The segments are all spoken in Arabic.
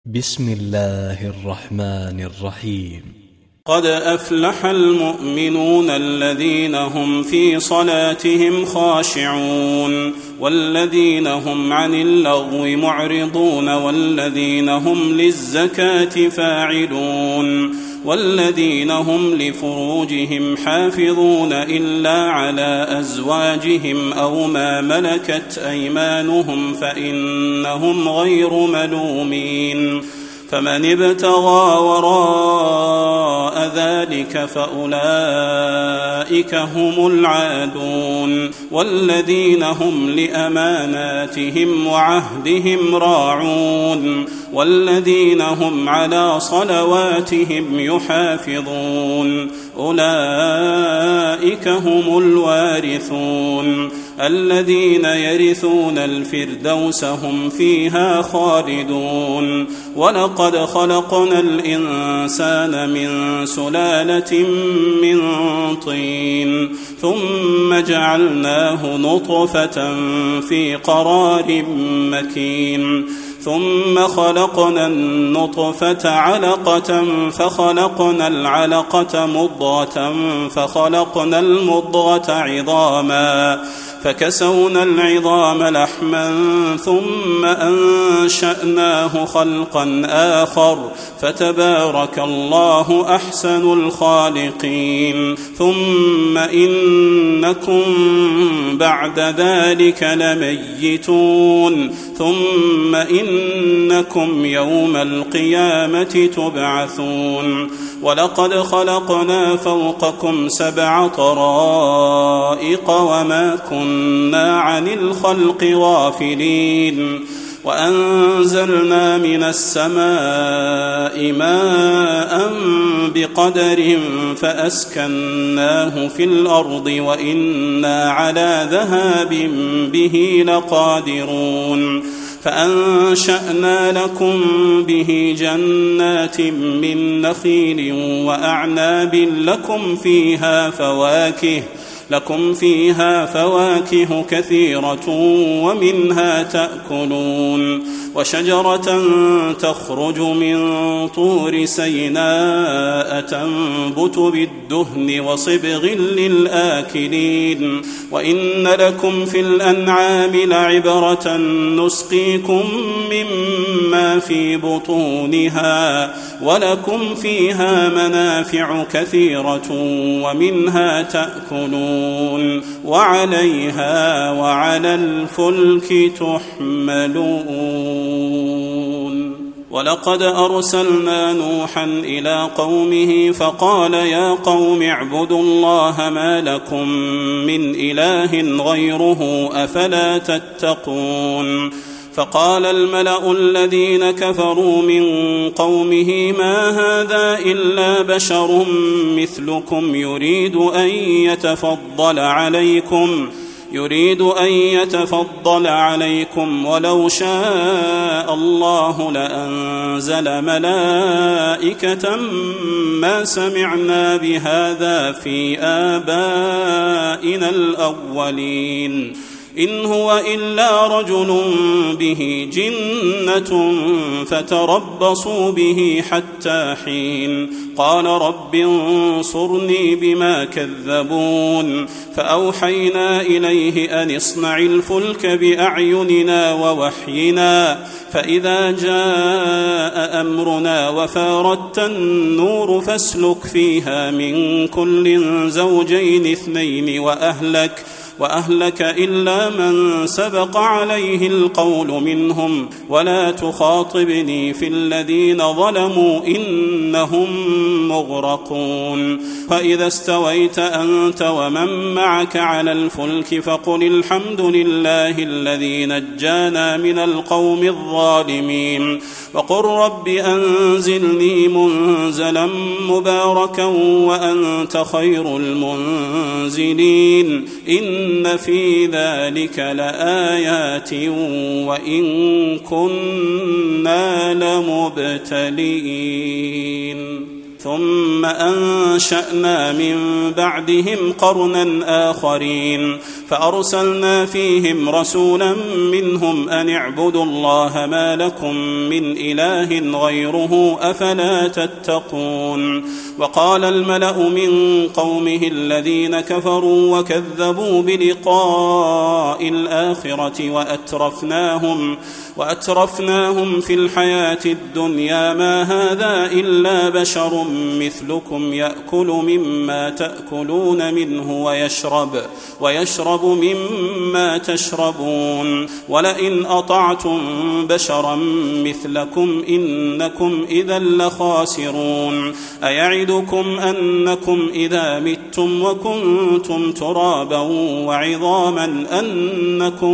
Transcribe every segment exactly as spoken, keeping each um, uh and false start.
بسم الله الرحمن الرحيم. قد أفلح المؤمنون الذين هم في صلاتهم خاشعون والذين هم عن اللغو معرضون والذين هم للزكاة فاعلون والذين هم لفروجهم حافظون إلا على أزواجهم أو ما ملكت أيمانهم فإنهم غير ملومين. فمن ابتغى وراء ذلك فأولئك هم العادون والذين هم لأماناتهم وعهدهم راعون والذين هم على صلواتهم يحافظون أولئك هم الوارثون الذين يرثون الفردوس هم فيها خالدون. ولقد خلقنا الإنسان من سلالة من طين ثم جعلناه نطفة في قرار مكين ثم خلقنا النطفة علقة فخلقنا العلقة مضغة فخلقنا المضغة عظاما فكسونا العظام لحما ثم أنشأناه خلقا آخر فتبارك الله أحسن الخالقين. ثم إنكم بعد ذلك لميتون ثم إنكم يوم القيامة تبعثون. ولقد خلقنا فوقكم سبع طرائق وما كنا عن الخلق غافلين وأنزلنا من السماء ماء بقدر فأسكناه في الأرض وإنا على ذهاب به لقادرون. فأنشأنا لكم به جنات من نخيل وأعناب لكم فيها فواكه لكم فيها فواكه كثيرة ومنها تأكلون. وشجرة تخرج من طور سيناء تنبت بالدهن وصبغ للآكلين. وإن لكم في الأنعام لعبرة نسقيكم مما في بطونها ولكم فيها منافع كثيرة ومنها تأكلون وعليها وعلى الفلك تحملون. ولقد أرسلنا نوحا إلى قومه فقال يا قوم اعبدوا الله ما لكم من إله غيره أفلا تتقون. فقال الملأ الذين كفروا من قومه ما هذا إلا بشر مثلكم يريد أن يتفضل عليكم يريد أن يتفضل عليكم ولو شاء الله لأنزل ملائكة ما سمعنا بهذا في آبائنا الأولين إن هو إلا رجل به جنة فتربصوا به حتى حين. قال رب انصرني بما كذبون. فأوحينا إليه أن اصنع الفلك بأعيننا ووحينا فإذا جاء أمرنا وفاردت النور فاسلك فيها من كل زوجين اثنين وأهلك وأهلك إلا من سبق عليه القول منهم ولا تخاطبني في الذين ظلموا إنهم مغرقون. فإذا استويت أنت ومن معك على الفلك فقل الحمد لله الذي نجانا من القوم الظالمين وقل رب أنزلني منزلا مباركا وأنت خير المنزلين. إن في ذلك لآيات وإن كنا لمبتلين. ثم أنشأنا من بعدهم قرنا آخرين فأرسلنا فيهم رسولا منهم أن اعبدوا الله ما لكم من إله غيره أفلا تتقون. وقال الملأ من قومه الذين كفروا وكذبوا بلقاء الآخرة وأترفناهم, وأترفناهم في الحياة الدنيا ما هذا إلا بشر مثلكم يأكل مما تأكلون منه ويشرب, ويشرب مما تشربون ولئن أطعتم بشرا مثلكم إنكم إذا لخاسرون. أيعدكم أنكم إذا متم وكنتم ترابا وعظاما أنكم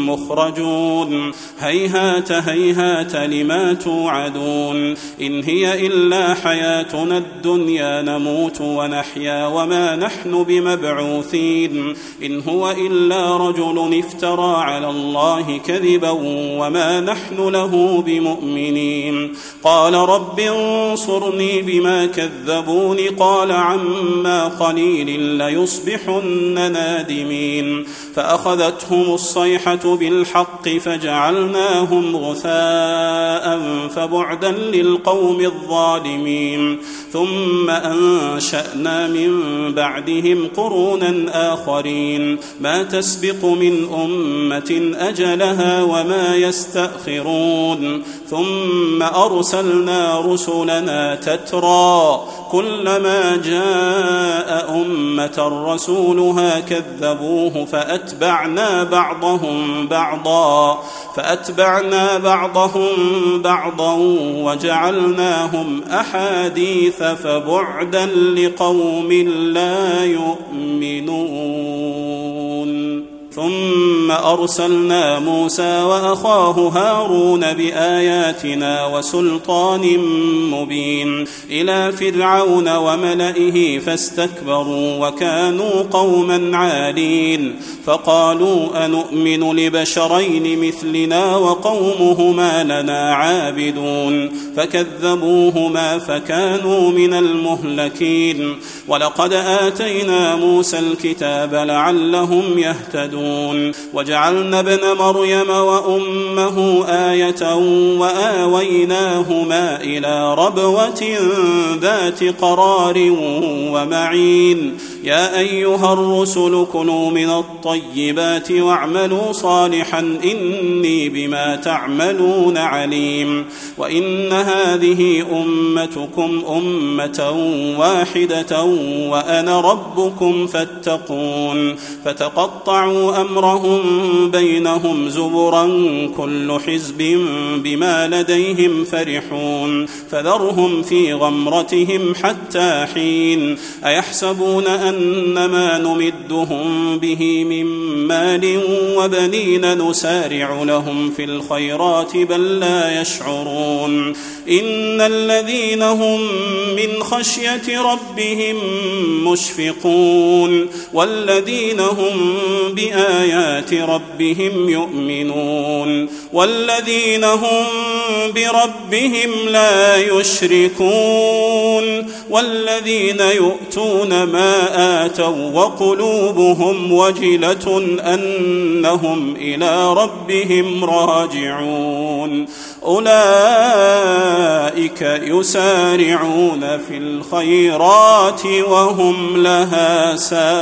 مخرجون. هيهات هيهات لما توعدون. إن هي إلا حياتنا الدنيا نموت ونحيا وما نحن بمبعوثين. إن هو إلا رجل افترى على الله كذبا وما نحن له بمؤمنين. قال رب انصرني بما كذبون. قال عما قليل ليصبحن نادمين. فأخذتهم الصيحة بالحق فجعلناهم غثاء فبعدا للقوم الظالمين. ثم أنشأنا من بعدهم قرونا آخرين ما تسبق من أمة أجلها وما يستأخرون. ثم أرسلنا رسلنا تترى كلما جاء أمة رسولها كذبوه فأتبعنا بعضهم بعضا فأتبعنا بعضهم بعضا وجعلناهم أحاديث فبعدا لقوم لا يؤمنون. ثم أرسلنا موسى وأخاه هارون بآياتنا وسلطان مبين إلى فرعون وملئه فاستكبروا وكانوا قوما عالين. فقالوا أنؤمن لبشرين مثلنا وقومهما لنا عابدون. فكذبوهما فكانوا من المهلكين. ولقد آتينا موسى الكتاب لعلهم يهتدون. وجعلنا ابن مريم وأمه آية وآويناهما إلى ربوة ذات قرار ومعين. يا أيها الرسل كلوا من الطيبات واعملوا صالحا إني بما تعملون عليم. وإن هذه أمتكم أمة واحدة وأنا ربكم فاتقون. فتقطعوا أمرهم بينهم زبرا كل حزب بما لديهم فرحون. فذرهم في غمرتهم حتى حين. أيحسبون أنما نمدهم به من مال وبنين نسارع لهم في الخيرات بل لا يشعرون. إن الذين هم من خشية ربهم مشفقون والذين هم بآيات ربهم يؤمنون والذين هم بربهم لا يشركون والذين يؤتون ما آتوا وقلوبهم وجلة أنهم إلى ربهم راجعون. أولئك يسارعون في الخيرات وهم لها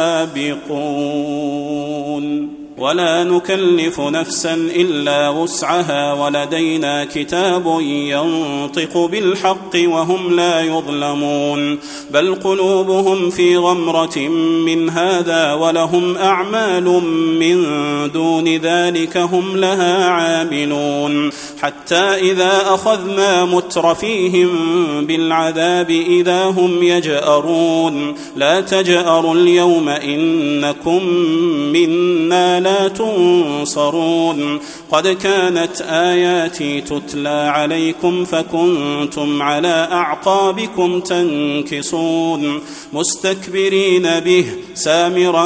سابقون. ولا نكلف نفسا إلا وسعها ولدينا كتاب ينطق بالحق وهم لا يظلمون. بل قلوبهم في غمرة من هذا ولهم أعمال من دون ذلك هم لها عاملون. حتى إذا أخذنا مترفيهم بالعذاب إذا هم يجأرون. لا تجأروا اليوم إنكم منا لا لا تنصرون قد كانت آياتي تتلى عليكم فكنتم على أعقابكم تنكصون مستكبرين به سامرا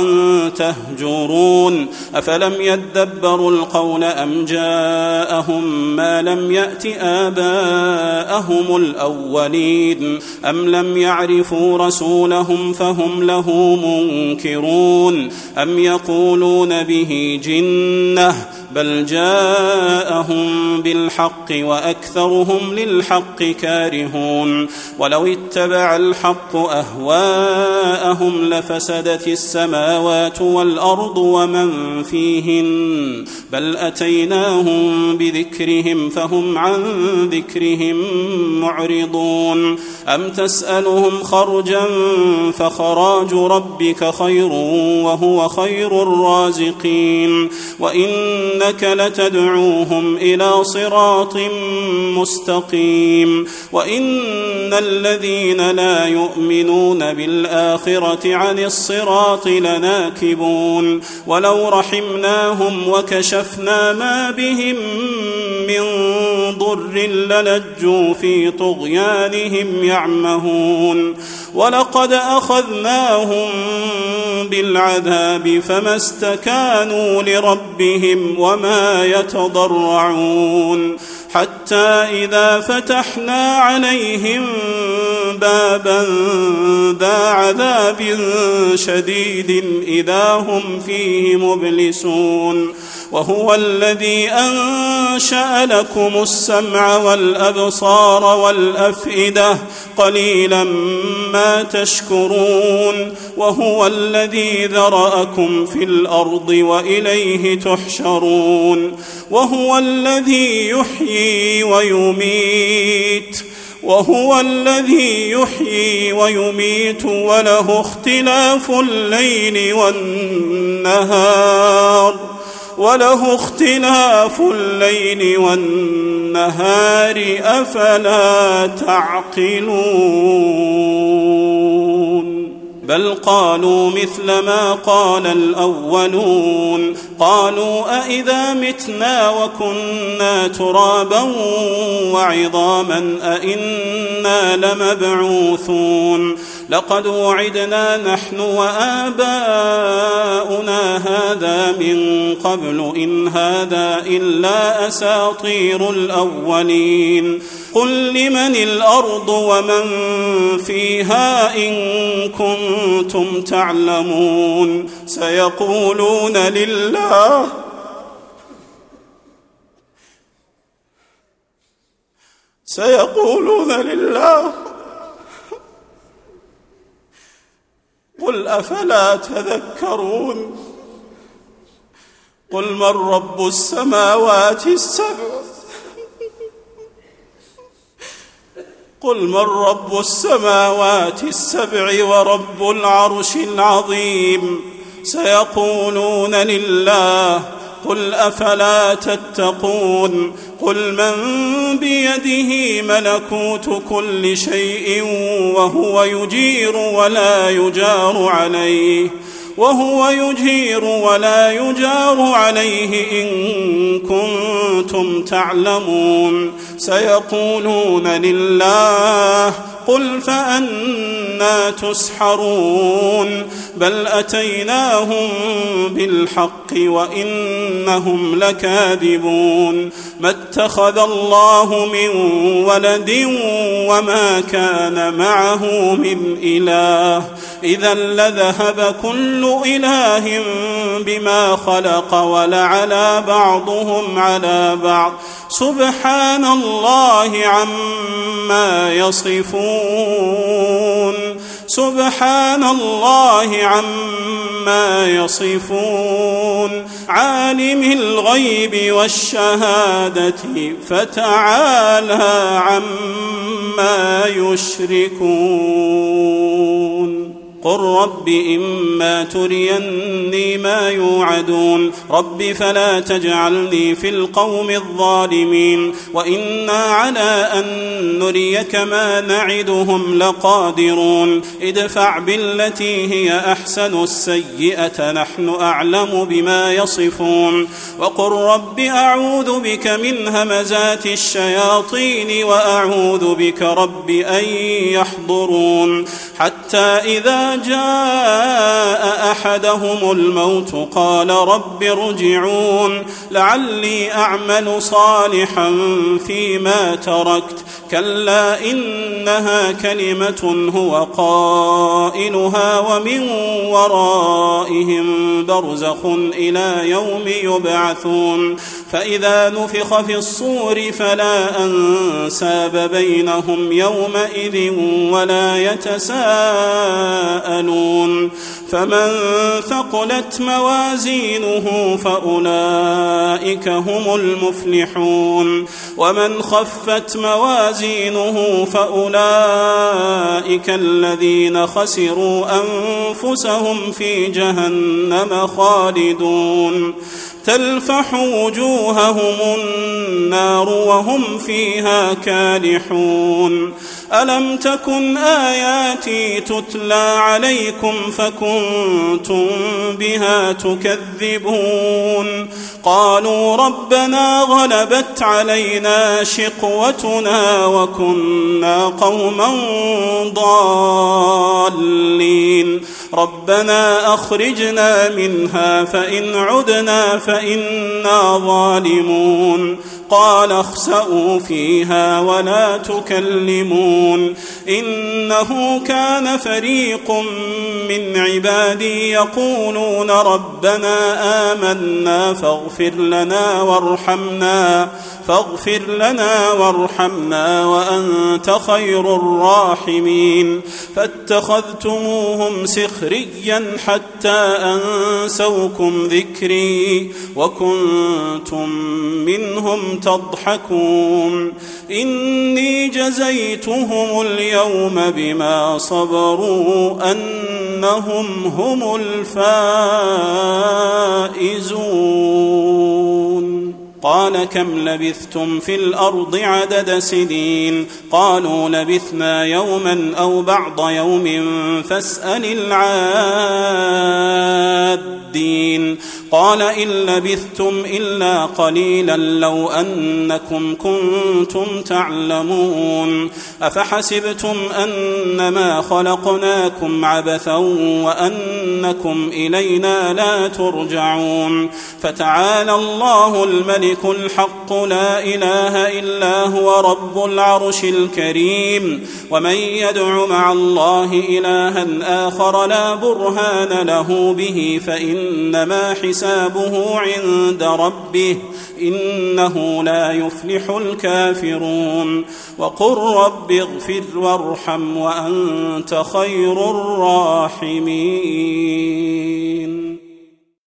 تهجرون أفلم يدبروا القول أم جاءهم ما لم يأت آباءهم الأولين أم لم يعرفوا رسولهم فهم له منكرون أم يقولون به جنة بل جاءهم بالحق وأكثرهم للحق كارهون ولو اتبع الحق أهواءهم لفسدت السماوات والأرض ومن فيهن بل أتيناهم بذكرهم فهم عن ذكرهم معرضون أم تسألهم خرجا فخراج ربك خير وهو خير الرازقين وإنك لتدعوهم إلى صراط مستقيم وإن الذين لا يؤمنون بالآخرة عن الصراط لناكبون ولو رحمناهم وكشفنا ما بهم من ضر للجوا في طغيانهم يعمهون ولقد أخذناهم بالعذاب فما استكانوا لربهم وما يتضرعون حتى إذا فتحنا عليهم بابا ذا عذاب شديد إذا هم فيه مبلسون وهو الذي أنشأ لكم السمع والأبصار والأفئدة قليلا ما تشكرون وهو الذي ذرأكم في الأرض وإليه تحشرون وهو الذي يحيي ويميت وهو الذي يحيي ويميت وله اختلاف الليل والنهار وله اختلاف الليل والنهار أفلا تعقلون بل قالوا مثل ما قال الأولون قالوا أئذا متنا وكنا ترابا وعظاما أئنا لمبعوثون لقد وعدنا نحن وآباؤنا هذا من قبل إن هذا إلا أساطير الأولين قل لمن الأرض ومن فيها إن كنتم تعلمون سيقولون لله سيقولون لله قل أفلا تذكرون قل من رب السماوات السبع قل من رب السماوات السبع ورب العرش العظيم سيقولون لله قل أفلا تتقون قل من بيده ملكوت كل شيء وهو يجير ولا يجار عليه وهو يجير ولا يجار عليه إن كنتم تعلمون سيقولون لله قل فأنى تسحرون بل أتيناهم بالحق وإنهم لكاذبون ما اتخذ الله من ولد وما كان معه من إله إذا لذهب كل إله بما خلق ولعلى بعضهم على بعض سبحان الله عما يصفون سبحان الله عما يصفون عالم الغيب والشهادة فتعالى عما يشركون قل رب إما تريني ما يوعدون رب فلا تجعلني في القوم الظالمين وإنا على أن نريك ما نعدهم لقادرون ادفع بالتي هي أحسن السيئة نحن أعلم بما يصفون وقل رب أعوذ بك من همزات الشياطين وأعوذ بك رب أن يحضرون حتى إذا جاء أحدهم الموت قال رب ارجعون لعلي أعمل صالحا فيما تركت كلا إنها كلمة هو قائلها ومن ورائهم برزخ إلى يوم يبعثون فإذا نفخ في الصور فلا أنساب بينهم يومئذ ولا يتساءلون فمن ثقلت موازينه فأولئك هم المفلحون ومن خفت موازينه فأولئك الذين خسروا أنفسهم في جهنم خالدون تلفح وجوههم النار وهم فيها كالحون ألم تكن آياتي تتلى عليكم فكنتم بها تكذبون قالوا ربنا غلبت علينا شقوتنا وكنا قوما ضالين ربنا أخرجنا منها فإن عدنا فإنا ظالمون قال اخسئوا فيها ولا تكلمون إنه كان فريق من عبادي يقولون ربنا آمنا فاغفر لنا وارحمنا فاغفر لنا وارحمنا وأنت خير الراحمين فاتخذتموهم سخريا حتى أنسوكم ذكري وكنتم منهم تضحكون إني جزيتهم اليوم بما صبروا أنهم هم الفائزون قال كم لبثتم في الأرض عدد سنين قالوا لبثنا يوما أو بعض يوم فاسأل العادين قال إن لبثتم إلا قليلا لو أنكم كنتم تعلمون أفحسبتم أنما خلقناكم عبثا وأنكم إلينا لا ترجعون فتعالى الله الملك الحق لا إله إلا هو رب العرش الكريم ومن يدع مع الله إلها آخر لا برهان له به فإنما حسابه عند ربه إنه لا يفلح الكافرون وقل رب اغفر وارحم وأنت خير الراحمين